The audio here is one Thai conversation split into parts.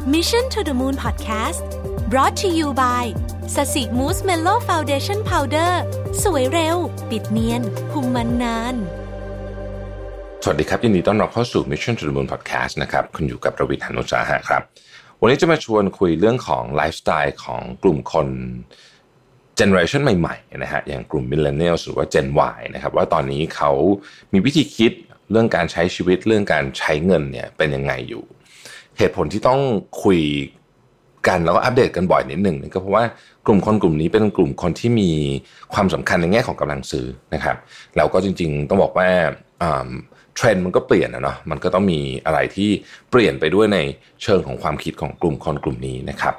Mission to the Moon Podcast brought to you by สสิมูสเมโล่ฟาวเดชั่นพาวเดอร์สวยเร็วปิดเนียนคุมมันนานสวัสดีครับยินดีต้อนรับเข้าสู่ Mission to the Moon Podcast นะครับคุณอยู่กับรวิทย์ หนุสาหะครับวันนี้จะมาชวนคุยเรื่องของไลฟ์สไตล์ของกลุ่มคนเจเนอเรชันใหม่ๆนะฮะอย่างกลุ่ม Millennials หรือว่า Gen Y นะครับว่าตอนนี้เขามีวิธีคิดเรื่องการใช้ชีวิตเรื่องการใช้เงินเนี่ยเป็นยังไงอยู่เหตุผลที่ต้องคุยกันแล้วก็อัปเดตกันบ่อยนิดหนึ่งก็เพราะว่ากลุ่มคนกลุ่มนี้เป็นกลุ่มคนที่มีความสำคัญในแง่ของกำลังซื้อนะครับแล้วก็จริงๆต้องบอกว่าเทรนด์มันก็เปลี่ยนนะเนาะมันก็ต้องมีอะไรที่เปลี่ยนไปด้วยในเชิงของความคิดของกลุ่มคนกลุ่มนี้นะครับ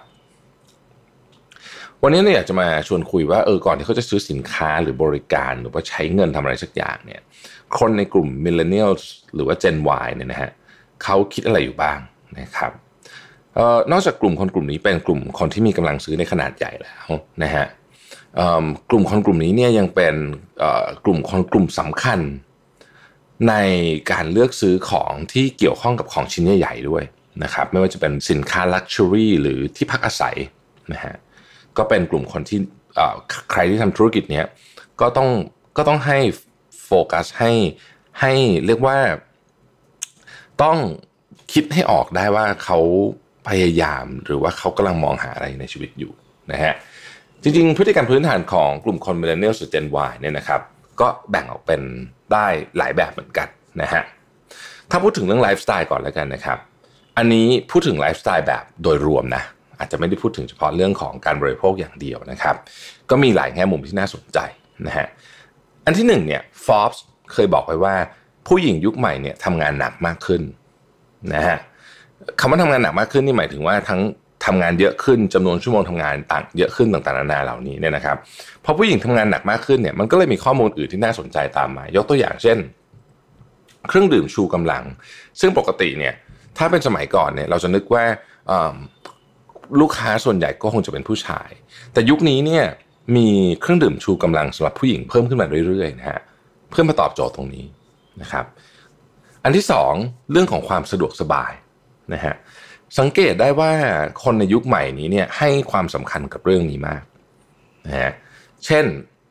วันนี้เราอยากจะมาชวนคุยว่าก่อนที่เขาจะซื้อสินค้าหรือบริการหรือว่าใช้เงินทำอะไรสักอย่างเนี่ยคนในกลุ่ม Millennials หรือว่า Gen Y เนี่ยนะฮะเขาคิดอะไรอยู่บ้างนะครับนอกจากกลุ่มคนกลุ่มนี้เป็นกลุ่มคนที่มีกำลังซื้อในขนาดใหญ่แล้วนะฮะกลุ่มคนกลุ่มนี้เนี่ยยังเป็นกลุ่มคนกลุ่มสำคัญในการเลือกซื้อของที่เกี่ยวข้องกับของชิ้นใหญ่ๆด้วยนะครับไม่ว่าจะเป็นสินค้าลักชัวรี่หรือที่พักอาศัยนะฮะก็เป็นกลุ่มคนที่ใครที่ทำธุรกิจเนี้ยก็ต้องให้โฟกัสให้เรียกว่าต้องคิดให้ออกได้ว่าเขาพยายามหรือว่าเขากำลังมองหาอะไรในชีวิตอยู่นะฮะจริงๆพฤติกรรมพื้นฐานของกลุ่มคน Millennials หรือ Gen Y เนี่ยนะครับก็แบ่งออกเป็นได้หลายแบบเหมือนกันนะฮะถ้าพูดถึงเรื่องไลฟ์สไตล์ก่อนแล้วกันนะครับอันนี้พูดถึงไลฟ์สไตล์แบบโดยรวมนะอาจจะไม่ได้พูดถึงเฉพาะเรื่องของการบริโภคอย่างเดียวนะครับก็มีหลายแง่มุมที่น่าสนใจนะฮะอันที่หนึ่งเนี่ย Forbes เคยบอกไว้ว่าผู้หญิงยุคใหม่เนี่ยทำงานหนักมากขึ้นนะฮะคำว่าทำงานหนักมากขึ้นนี่หมายถึงว่าทั้งทำงานเยอะขึ้นจำนวนชั่วโมงทำงานต่างเยอะขึ้นต่างๆนานาเหล่านี้เนี่ยนะครับพอผู้หญิงทำงานหนักมากขึ้นเนี่ยมันก็เลยมีข้อมูลอื่นที่น่าสนใจตามมายกตัวอย่างเช่นเครื่องดื่มชูกำลังซึ่งปกติเนี่ยถ้าเป็นสมัยก่อนเนี่ยเราจะนึกว่าลูกค้าส่วนใหญ่ก็คงจะเป็นผู้ชายแต่ยุคนี้เนี่ยมีเครื่องดื่มชูกำลังสำหรับผู้หญิงเพิ่มขึ้นมาเรื่อยๆนะฮะเพื่อมาตอบโจทย์ตรงนี้นะครับอันที่สองเรื่องของความสะดวกสบายนะฮะสังเกตได้ว่าคนในยุคใหม่นี้เนี่ยให้ความสำคัญกับเรื่องนี้มากนะฮะเช่น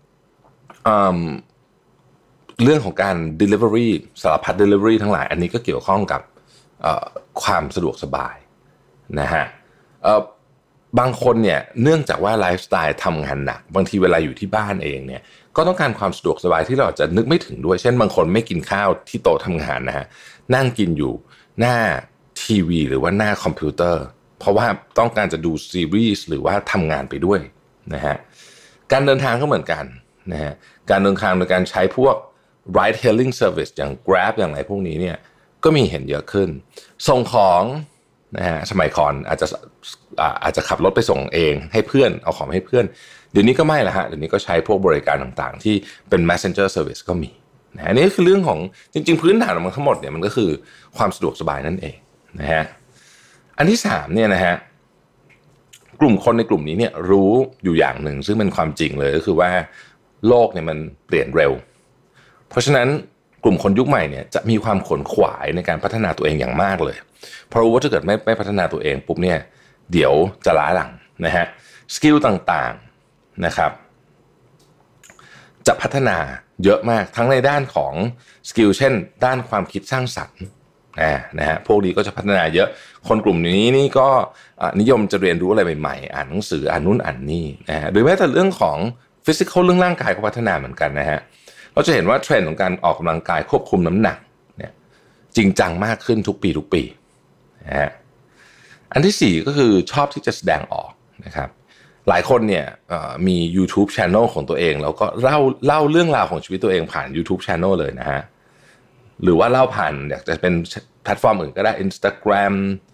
เรื่องของการ delivery สารพัด delivery ทั้งหลายอันนี้ก็เกี่ยวข้องกับความสะดวกสบายนะฮะบางคนเนี่ยเนื่องจากว่าไลฟ์สไตล์ทำงานหนักบางทีเวลาอยู่ที่บ้านเองเนี่ยก็ต้องการความสะดวกสบายที่เราจะนึกไม่ถึงด้วยเช่นบางคนไม่กินข้าวที่โต๊ะทำงานนะฮะนั่งกินอยู่หน้าทีวีหรือว่าหน้าคอมพิวเตอร์เพราะว่าต้องการจะดูซีรีส์หรือว่าทำงานไปด้วยนะฮะการเดินทางก็เหมือนกันนะฮะการเดินทางโดยการใช้พวก ride hailing service อย่าง Grab อย่างไรพวกนี้เนี่ยก็มีเห็นเยอะขึ้นส่งของนะฮะสมัยก่อนอาจจะขับรถไปส่งเองให้เพื่อนเอาของให้เพื่อนเดี๋ยวนี้ก็ไม่ละฮะเดี๋ยวนี้ก็ใช้พวกบริการต่างๆที่เป็น messenger service ก็มีนะนี่ก็คือเรื่องของจริงๆพื้นฐานของมันทั้งหมดเนี่ยมันก็คือความสะดวกสบายนั่นเองนะฮะอันที่สามเนี่ยนะฮะกลุ่มคนในกลุ่มนี้เนี่ยรู้อยู่อย่างหนึ่งซึ่งเป็นความจริงเลยก็คือว่าโลกเนี่ยมันเปลี่ยนเร็วเพราะฉะนั้นกลุ่มคนยุคใหม่เนี่ยจะมีความขนขวายในการพัฒนาตัวเองอย่างมากเลยเพราะรู้ว่าถ้าเกิดไม่พัฒนาตัวเองปุ๊บเนี่ยเดี๋ยวจะล้าหลังนะฮะสกิลต่างๆนะครับจะพัฒนาเยอะมากทั้งในด้านของสกิลเช่นด้านความคิดสร้างสรรค์นะฮะพวกนี้ก็จะพัฒนาเยอะคนกลุ่มนี้นี่ก็นิยมจะเรียนรู้อะไรใหม่ๆอ่านหนังสืออ่านนู่นอ่านนี่นะฮะโดยแม้แต่เรื่องของฟิสิกอลเรื่องร่างกายก็พัฒนาเหมือนกันนะฮะเราจะเห็นว่าเทรนด์ของการออกกำลังกายควบคุมน้ำหนักเนี่ยจริงจังมากขึ้นทุกปีนะฮะอันที่สี่ก็คือชอบที่จะแสดงออกนะครับหลายคนเนี่ยมี YouTube Channel ของตัวเองแล้วก็เล่าเรื่องราวของชีวิตตัวเองผ่าน YouTube Channel เลยนะฮะหรือว่าเล่าผ่านอยากจะเป็นแพลตฟอร์มอื่นก็ได้ Instagram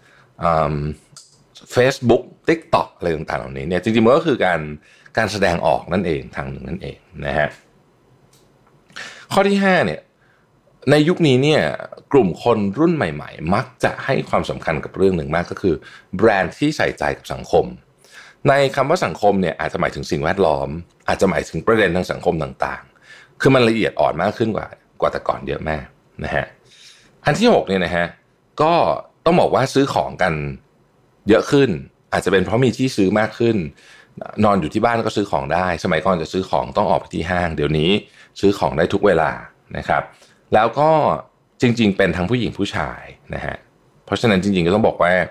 Facebook TikTok อะไรต่างๆเหล่านี้เนี่ยจริงๆมันก็คือการแสดงออกนั่นเองทางหนึ่งนั่นเองนะฮะข้อที่5เนี่ยในยุคนี้เนี่ยกลุ่มคนรุ่นใหม่ๆมักจะให้ความสำคัญกับเรื่องหนึ่งมากก็คือแบรนด์ที่ใส่ใจกับสังคมในคำว่าสังคมเนี่ยอาจจะหมายถึงสิ่งแวดล้อมอาจจะหมายถึงประเด็นทางสังคมต่างๆคือมันละเอียดอ่อนมากขึ้นกว่าแต่ก่อนเยอะมากนะฮะอันที่6เนี่ยนะฮะก็ต้องบอกว่าซื้อของกันเยอะขึ้นอาจจะเป็นเพราะมีที่ซื้อมากขึ้นนอนอยู่ที่บ้านก็ซื้อของได้สมัยก่อนจะซื้อของต้องออกไปที่ห้างเดี๋ยวนี้ซื้อของได้ทุกเวลานะครับแล้วก็จริงๆเป็นทั้งผู้หญิงผู้ชายนะฮะเพราะฉะนั้นจริงๆก็ต้องบอกว่า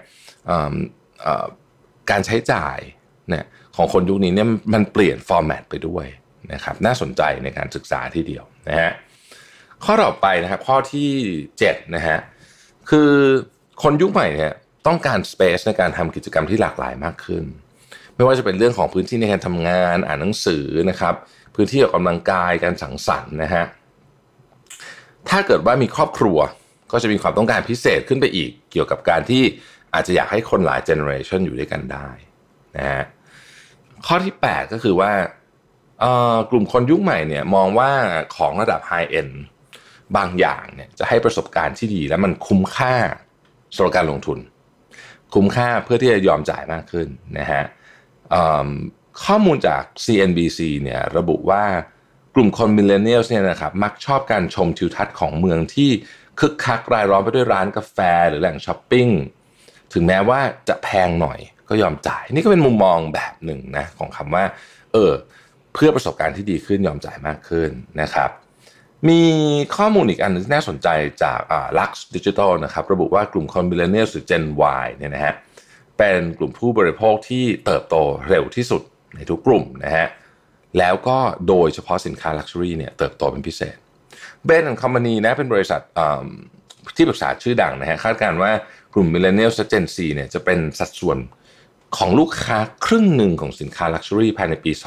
การใช้จ่ายเนี่ยของคนยุคนี้เนี่ยมันเปลี่ยนฟอร์แมตไปด้วยนะครับน่าสนใจในการศึกษาทีเดียวนะฮะข้อต่อไปนะครับข้อที่7นะฮะคือคนยุคใหม่เนี่ยต้องการสเปซในการทำกิจกรรมที่หลากหลายมากขึ้นไม่ว่าจะเป็นเรื่องของพื้นที่ในการทำงานอ่านหนังสือนะครับพื้นที่ออกกำลังกายการสังสรรค์นะฮะถ้าเกิดว่ามีครอบครัวก็จะมีความต้องการพิเศษขึ้นไปอีกเกี่ยวกับการที่อาจจะอยากให้คนหลายเจเนอเรชันอยู่ด้วยกันได้นะฮะข้อที่8ก็คือว่ากลุ่มคนยุคใหม่เนี่ยมองว่าของระดับไฮเอ็นด์บางอย่างเนี่ยจะให้ประสบการณ์ที่ดีและมันคุ้มค่าสำหรับการลงทุนคุ้มค่าเพื่อที่จะยอมจ่ายมากขึ้นนะฮะข้อมูลจาก CNBC เนี่ยระบุว่ากลุ่มคนมิลเลนเนียลเนี่ยนะครับมักชอบการชมทิวทัศน์ของเมืองที่คึกคักรายล้อมไปด้วยร้านกาแฟหรือแหล่งช้อปปิ้งถึงแม้ว่าจะแพงหน่อยก็ยอมจ่ายนี่ก็เป็นมุมมองแบบหนึ่งนะของคำว่าเพื่อประสบการณ์ที่ดีขึ้นยอมจ่ายมากขึ้นนะครับมีข้อมูลอีกอันนึงที่น่าสนใจจากLux Digital นะครับระบุว่ากลุ่มคนมิลเลนเนียลหรือ Gen Y เนี่ยนะฮะเป็นกลุ่มผู้บริโภคที่เติบโตเร็วที่สุดในทุกกลุ่มนะฮะแล้วก็โดยเฉพาะสินค้า Luxury เนี่ยเติบโตเป็นพิเศษ Bain & Company นะเป็นบริษัทที่ปรึกษาชื่อดังนะฮะคาดการณ์ว่ากลุ่ม Millennial และ Gen Z เนี่ยจะเป็นสัดส่วนของลูกค้าครึ่งหนึ่งของสินค้า Luxury ภายในปี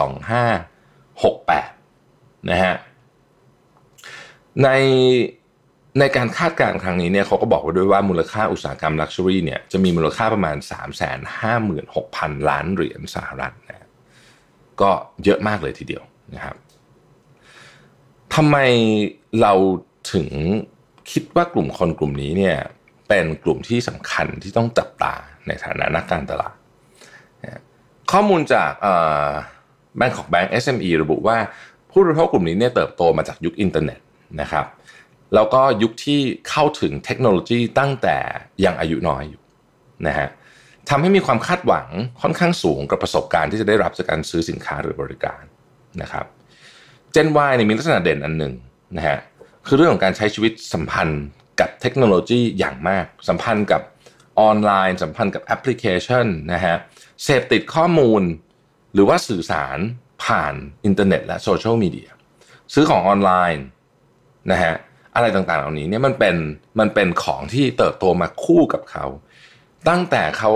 2568นะฮะในการคาดการณ์ครั้งนี้เนี่ยเขาก็บอกไว้ด้วยว่ามูลค่าอุตสาหกรรม Luxury เนี่ยจะมีมูลค่าประมาณ 356,000 ล้านเหรียญสหรัฐนะก็เยอะมากเลยทีเดียวนะครับทำไมเราถึงคิดว่ากลุ่มคนกลุ่มนี้เนี่ยเป็นกลุ่มที่สำคัญที่ต้องจับตาในฐานะนักการตลาดข้อมูลจากBangkok Bank SME ระบุว่าผู้บริโภคกลุ่มนี้เนี่ยเติบโตมาจากยุคอินเทอร์เน็ตนะครับแล้วก็ยุคที่เข้าถึงเทคโนโลยีตั้งแต่ยังอายุน้อยอยู่นะฮะทำให้มีความคาดหวังค่อนข้างสูงกับประสบการณ์ที่จะได้รับจากการซื้อสินค้าหรือบริการนะครับ Gen Y เนี่ยมีลักษณะเด่นอันหนึ่งนะฮะคือเรื่องของการใช้ชีวิตสัมพันธ์กับเทคโนโลยีอย่างมากสัมพันธ์กับออนไลน์สัมพันธ์กับแอปพลิเคชันนะฮะเสพติดข้อมูลหรือว่าสื่อสารผ่านอินเทอร์เน็ตและโซเชียลมีเดียซื้อของออนไลน์นะฮะอะไรต่างๆเหล่านี้เนี่ยมันเป็นของที่เติบโตมาคู่กับเขาตั้งแต่เขา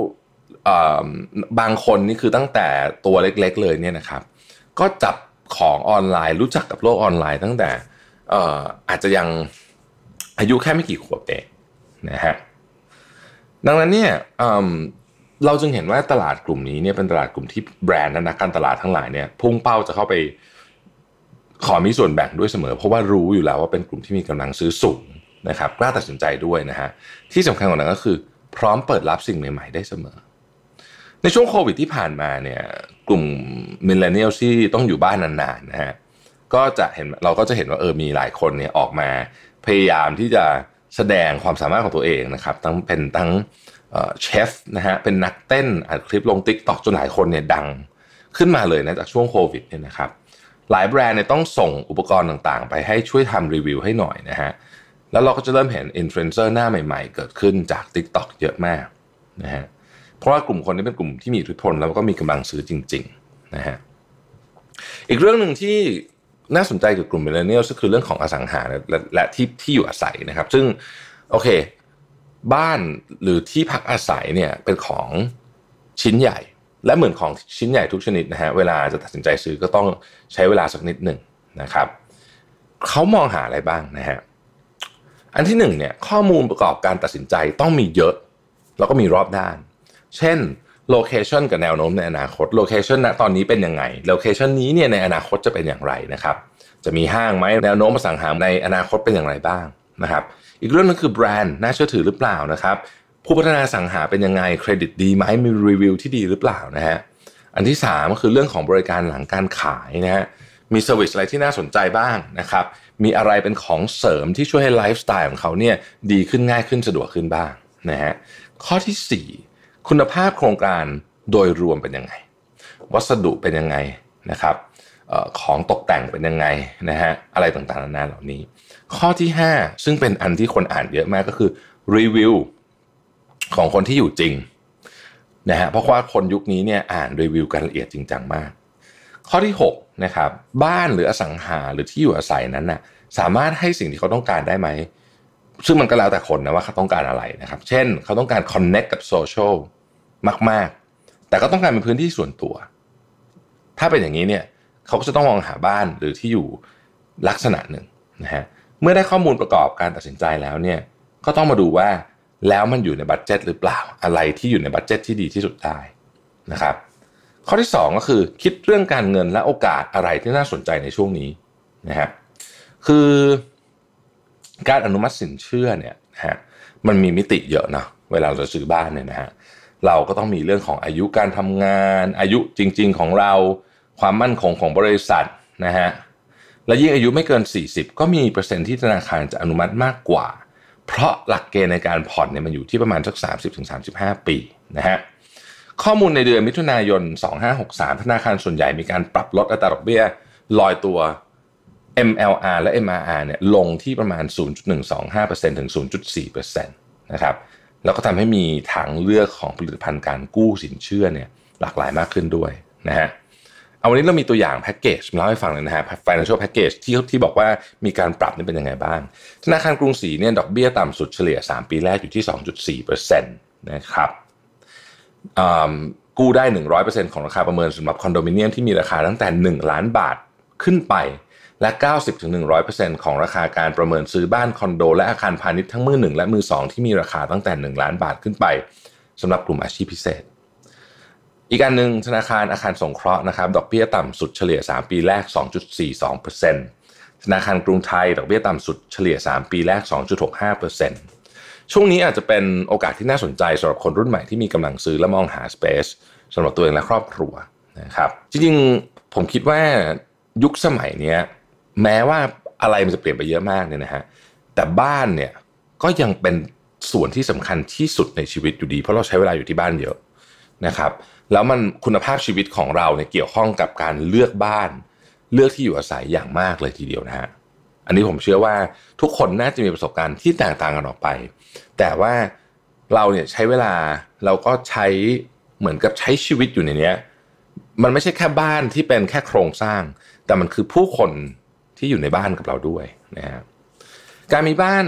บางคนนี่คือตั้งแต่ตัวเล็กๆเลยเนี่ยนะครับก็จับของออนไลน์รู้จักกับโลกออนไลน์ตั้งแต่อาจจะยังอายุแค่ไม่กี่ขวบเองนะฮะดังนั้นเนี่ยเราจึงเห็นว่าตลาดกลุ่มนี้เนี่ยเป็นตลาดกลุ่มที่แบรนด์และนักการตลาดทั้งหลายเนี่ยพุ่งเป้าจะเข้าไปขอมีส่วนแบ่งด้วยเสมอเพราะว่ารู้อยู่แล้วว่าเป็นกลุ่มที่มีกำลังซื้อสูงนะครับกล้าตัดสินใจด้วยนะฮะที่สำคัญกว่านั้นก็คือพร้อมเปิดรับสิ่งใหม่ๆได้เสมอในช่วงโควิดที่ผ่านมาเนี่ยกลุ่มมิลเลนเนียลที่ต้องอยู่บ้านนานๆนะฮะเราก็จะเห็นว่ามีหลายคนเนี่ยออกมาพยายามที่จะแสดงความสามารถของตัวเองนะครับทั้งเชฟนะฮะเป็นนักเต้นอัดคลิปลง TikTok จนหลายคนเนี่ยดังขึ้นมาเลยนะจากช่วงโควิดเนี่ยนะครับหลายแบรนด์เนี่ยต้องส่งอุปกรณ์ต่างๆไปให้ช่วยทำรีวิวให้หน่อยนะฮะแล้วเราก็จะเริ่มเห็นอินฟลูเอนเซอร์หน้าใหม่ๆเกิดขึ้นจาก TikTok เยอะมากนะฮะเพราะว่ากลุ่มคนนี้เป็นกลุ่มที่มีอิทธิพลแล้วก็มีกำลังซื้อจริงๆนะฮะอีกเรื่องนึงที่น่าสนใจกับกลุ่มมิลเลนเนียลก็คือเรื่องของอสังหาและที่อยู่อาศัยนะครับซึ่งโอเคบ้านหรือที่พักอาศัยเนี่ยเป็นของชิ้นใหญ่และเหมือนของชิ้นใหญ่ทุกชนิดนะฮะเวลาจะตัดสินใจซื้อก็ต้องใช้เวลาสักนิดหนึ่งนะครับเขามองหาอะไรบ้างนะฮะอันที่หนึ่งเนี่ยข้อมูลประกอบการตัดสินใจต้องมีเยอะแล้วก็มีรอบด้านเช่นโลเคชันกับแนวโน้มในอนาคตโลเคชันณตอนนี้เป็นยังไงโลเคชันนี้เนี่ยในอนาคตจะเป็นอย่างไรนะครับจะมีห้างไหมแนวโน้มอสังหาในอนาคตเป็นอย่างไรบ้างนะครับอีกเรื่องนึงคือแบรนด์น่าเชื่อถือหรือเปล่านะครับผู้พัฒนาอสังหาเป็นยังไงเครดิตดีไหมมีรีวิวที่ดีหรือเปล่านะฮะอันที่3ก็คือเรื่องของบริการหลังการขายนะฮะมีเซอร์วิสอะไรที่น่าสนใจบ้างนะครับมีอะไรเป็นของเสริมที่ช่วยให้ไลฟ์สไตล์ของเขาเนี่ยดีขึ้นง่ายขึ้นสะดวกขึ้นบ้างนะฮะข้อที่4 คุณภาพโครงการโดยรวมเป็นยังไงวัสดุเป็นยังไงนะครับของตกแต่งเป็นยังไงนะฮะอะไรต่างๆนานาเหล่านี้ข้อที่5ซึ่งเป็นอันที่คนอ่านเยอะมากก็คือรีวิวของคนที่อยู่จริงนะฮะเพราะว่าคนยุคนี้เนี่ยอ่านรีวิวกันละเอียดจริงจังมากข้อที่6นะครับบ้านหรืออสังหาหรือที่อยู่อาศัยนั้นน่ะสามารถให้สิ่งที่เขาต้องการได้ไหมซึ่งมันก็แล้วแต่คนนะว่าเขาต้องการอะไรนะครับเช่นเขาต้องการ connect กับโซเชียลมากๆแต่ก็ต้องการเป็นพื้นที่ส่วนตัวถ้าเป็นอย่างนี้เนี่ยเขาก็จะต้องมองหาบ้านหรือที่อยู่ลักษณะหนึ่งนะฮะเมื่อได้ข้อมูลประกอบการตัดสินใจแล้วเนี่ยก็ต้องมาดูว่าแล้วมันอยู่ในบัดเจ็ตหรือเปล่าอะไรที่อยู่ในบัดเจ็ตที่ดีที่สุดได้นะครับข้อที่2ก็คือคิดเรื่องการเงินและโอกาสอะไรที่น่าสนใจในช่วงนี้นะฮะคือการอนุมัติสินเชื่อเนี่ยนะฮะมันมีมิติเยอะเนาะเวลาเราซื้อบ้านเนี่ยนะฮะเราก็ต้องมีเรื่องของอายุการทำงานอายุจริงๆของเราความมั่นคงของบริษัทนะฮะและยิ่งอายุไม่เกิน40ก็มีเปอร์เซ็นต์ที่ธนาคารจะอนุมัติมากกว่าเพราะหลักเกณฑ์ในการผ่อนเนี่ยมันอยู่ที่ประมาณสัก 30-35 ปีนะฮะข้อมูลในเดือนมิถุนายน2563ธนาคารส่วนใหญ่มีการปรับลดอัตราดอกเบี้ยลอยตัว MLR และ MRR เนี่ยลงที่ประมาณ 0.125% ถึง 0.4% นะครับแล้วก็ทำให้มีทางเลือกของผลิตภัณฑ์การกู้สินเชื่อเนี่ยหลากหลายมากขึ้นด้วยนะฮะเอาวันนี้เรามีตัวอย่างแพ็กเกจมาเล่าให้ฟังเลยนะฮะ Financial Package ที่บอกว่ามีการปรับนี่เป็นยังไงบ้างธนาคารกรุงศรีเนี่ยดอกเบี้ยต่ำสุดเฉลี่ย3ปีแรกอยู่ที่ 2.4% นะครับกู้ได้ 100% ของราคาประเมินสำหรับคอนโดมิเนียมที่มีราคาตั้งแต่1ล้านบาทขึ้นไปและ 90-100% ของราคาการประเมินซื้อบ้านคอนโดและอาคารพาณิชย์ทั้งมือ1และมือ2ที่มีราคาตั้งแต่1ล้านบาทขึ้นไปสำหรับกลุ่มอาชีพพิเศษอีกอันนึงธนาคารอาคารสงเคราะห์นะครับดอกเบี้ยต่ำสุดเฉลี่ย3ปีแรก 2.42% ธนาคารกรุงไทยดอกเบี้ยต่ำสุดเฉลี่ย3ปีแรก 2.65% ช่วงนี้อาจจะเป็นโอกาสที่น่าสนใจสำหรับคนรุ่นใหม่ที่มีกำลังซื้อและมองหา space สำหรับตัวเองและครอบครัวนะครับจริงๆผมคิดว่ายุคสมัยนี้แม้ว่าอะไรมันจะเปลี่ยนไปเยอะมากเนี่ยนะฮะแต่บ้านเนี่ยก็ยังเป็นส่วนที่สำคัญที่สุดในชีวิตอยู่ดีเพราะเราใช้เวลาอยู่ที่บ้านเยอะนะครับแล้วมันคุณภาพชีวิตของเราเนี่ยเกี่ยวข้องกับการเลือกบ้านเลือกที่อยู่อาศัยอย่างมากเลยทีเดียวนะฮะอันนี้ผมเชื่อว่าทุกคนน่าจะมีประสบการณ์ที่แตกต่างกันออกไปแต่ว่าเราเนี่ยใช้เวลาเราก็ใช้เหมือนกับใช้ชีวิตอยู่ในนี้มันไม่ใช่แค่บ้านที่เป็นแค่โครงสร้างแต่มันคือผู้คนที่อยู่ในบ้านกับเราด้วยนะฮะการมีบ้าน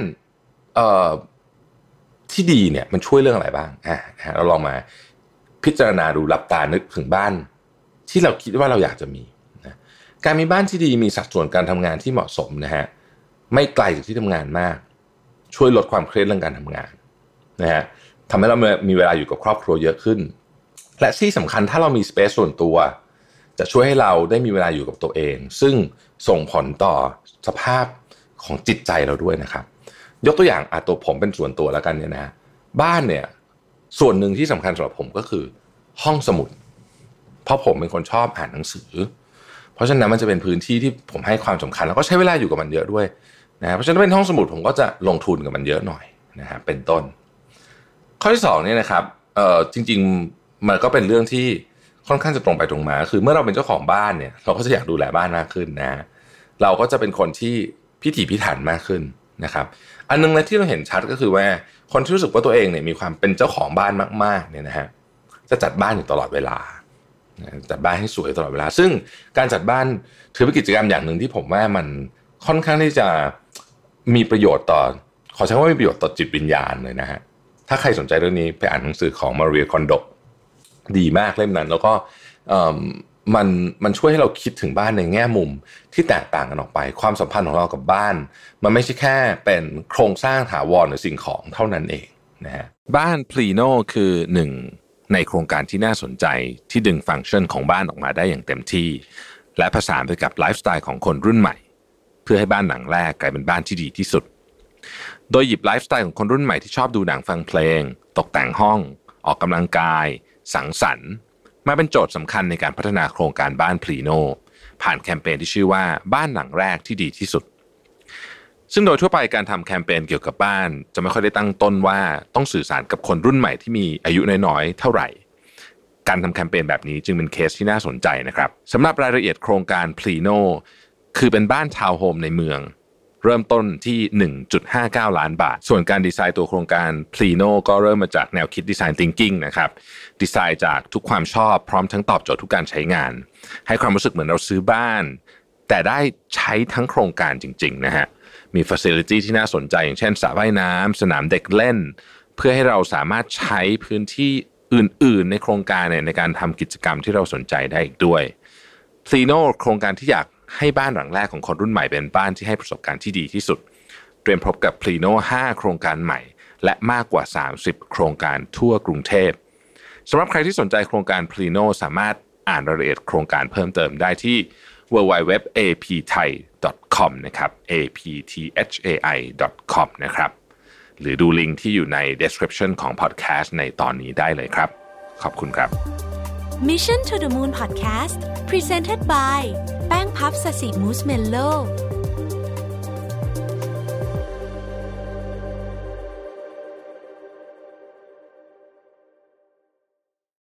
ที่ดีเนี่ยมันช่วยเรื่องอะไรบ้างเราลองมาพิจารณาดูหลับตานึกถึงบ้านที่เราคิดว่าเราอยากจะมีนะการมีบ้านที่ดีมีสัดส่วนการทำงานที่เหมาะสมนะฮะไม่ไกลจากที่ทำงานมากช่วยลดความเครียดเรื่องการทำงานนะฮะทำให้เรามีเวลาอยู่กับครอบครัวเยอะขึ้นและที่สำคัญถ้าเรามีสเปซส่วนตัวจะช่วยให้เราได้มีเวลาอยู่กับตัวเองซึ่งส่งผลต่อสภาพของจิตใจเราด้วยนะครับยกตัวอย่างตัวผมเป็นส่วนตัวแล้วกันเนี่ยนะบ้านเนี่ยส่วนหนึ่งที่สำคัญสำหรับผมก็คือห้องสมุดเพราะผมเป็นคนชอบอ่านหนังสือเพราะฉะนั้นมันจะเป็นพื้นที่ที่ผมให้ความสำคัญแล้วก็ใช้เวลาอยู่กับมันเยอะด้วยนะเพราะฉะนั้นเป็นห้องสมุดผมก็จะลงทุนกับมันเยอะหน่อยนะฮะเป็นต้นข้อที่2เนี่ยนะครับจริงๆมันก็เป็นเรื่องที่ค่อนข้างจะตรงไปตรงมาคือเมื่อเราเป็นเจ้าของบ้านเนี่ยเราก็จะอยากดูแลบ้านมากขึ้นนะเราก็จะเป็นคนที่พิถีพิถันมากขึ้นนะครับอันนึงนะที่เราเห็นชัดก็คือว่าคนที่รู้สึกว่าตัวเองเนี่ยมีความเป็นเจ้าของบ้านมากๆเนี่ยนะฮะจะจัดบ้านอยู่ตลอดเวลาจัดบ้านให้สวยตลอดเวลาซึ่งการจัดบ้านถือเป็นกิจกรรมอย่างหนึ่งที่ผมว่ามันค่อนข้างที่จะมีประโยชน์ต่อขอใช้ว่ามีประโยชน์ต่อจิตวิญญาณเลยนะฮะถ้าใครสนใจเรื่องนี้ไปอ่านหนังสือของมาเรียคอนโดดีมากเล่มนั้นแล้วก็มันช่วยให้เราคิดถึงบ้านในแง่มุมที่แตกต่างกันออกไปความสัมพันธ์ของเรากับบ้านมันไม่ใช่แค่เป็นโครงสร้างถาวรหรือสิ่งของเท่านั้นเองนะฮะบ้าน Pleno คือหนึ่งในโครงการที่น่าสนใจที่ดึงฟังก์ชันของบ้านออกมาได้อย่างเต็มที่และผสานไปกับไลฟ์สไตล์ของคนรุ่นใหม่เพื่อให้บ้านหลังแรกกลายเป็นบ้านที่ดีที่สุดโดยหยิบไลฟ์สไตล์ของคนรุ่นใหม่ที่ชอบดูหนังฟังเพลงตกแต่งห้องออกกำลังกายสังสรรค์มาเป็นโจทย์สำคัญในการพัฒนาโครงการบ้าน Pleno ผ่านแคมเปญที่ชื่อว่าบ้านหลังแรกที่ดีที่สุดซึ่งโดยทั่วไปการทำแคมเปญเกี่ยวกับบ้านจะไม่ค่อยได้ตั้งต้นว่าต้องสื่อสารกับคนรุ่นใหม่ที่มีอายุน้อยๆเท่าไหร่การทำแคมเปญแบบนี้จึงเป็นเคสที่น่าสนใจนะครับสำหรับรายละเอียดโครงการ Pleno คือเป็นบ้านทาวน์โฮมในเมืองเริ่มต้นที่ 1.59 ล้านบาทส่วนการดีไซน์ตัวโครงการ Pleno ก็เริ่มมาจากแนวคิด Design Thinking นะครับดีไซน์จากทุกความชอบพร้อมทั้งตอบโจทย์ทุกการใช้งานให้ความรู้สึกเหมือนเราซื้อบ้านแต่ได้ใช้ทั้งโครงการจริงๆนะฮะมี facility ที่น่าสนใจอย่างเช่นสระว่ายน้ำสนามเด็กเล่นเพื่อให้เราสามารถใช้พื้นที่อื่นๆในโครงการในการทำกิจกรรมที่เราสนใจได้อีกด้วย Pleno โครงการที่อยากให้บ้านหลังแรกของคนรุ่นใหม่เป็นบ้านที่ให้ประสบการณ์ที่ดีที่สุดเตรียมพบกับ Pleno 5 โครงการใหม่และมากกว่า30โครงการทั่วกรุงเทพสำหรับใครที่สนใจโครงการ Pleno สามารถอ่านรายละเอียดโครงการเพิ่มเติมได้ที่ www.apthai.com นะครับ apthai.com นะครับหรือดูลิงก์ที่อยู่ใน description ของ podcast ในตอนนี้ได้เลยครับขอบคุณครับ Mission to the Moon Podcast Presented by แป้งพับสสิมูสเมลโล่